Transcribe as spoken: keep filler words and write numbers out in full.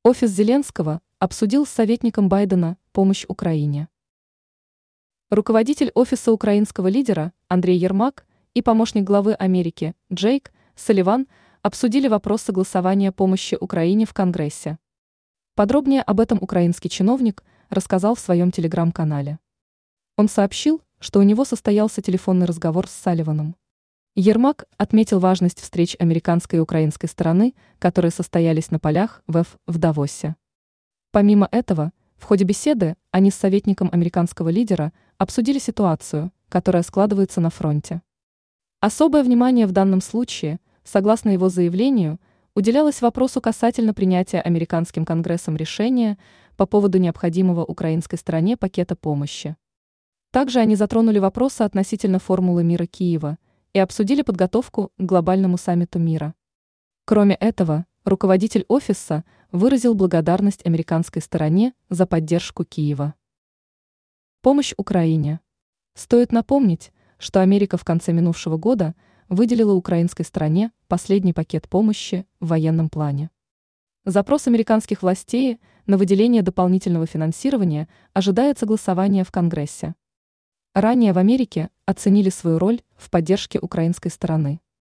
Офис Зеленского обсудил с советником Байдена помощь Украине. Руководитель офиса украинского лидера Андрей Ермак и помощник главы Америки Джейк Салливан обсудили вопрос согласования помощи Украине в Конгрессе. Подробнее об этом украинский чиновник рассказал в своем телеграм-канале. Он сообщил, что у него состоялся телефонный разговор с Салливаном. Ермак отметил важность встреч американской и украинской стороны, которые состоялись на полях ВЭФ в Давосе. Помимо этого, в ходе беседы они с советником американского лидера обсудили ситуацию, которая складывается на фронте. Особое внимание в данном случае, согласно его заявлению, уделялось вопросу касательно принятия американским Конгрессом решения по поводу необходимого украинской стороне пакета помощи. Также они затронули вопросы относительно формулы мира Киева и обсудили подготовку к глобальному саммиту мира. Кроме этого, руководитель офиса выразил благодарность американской стороне за поддержку Киева. Помощь Украине. Стоит напомнить, что Америка в конце минувшего года выделила украинской стороне последний пакет помощи в военном плане. Запрос американских властей на выделение дополнительного финансирования ожидает согласования в Конгрессе. Ранее в Америке оценили свою роль в поддержке украинской стороны.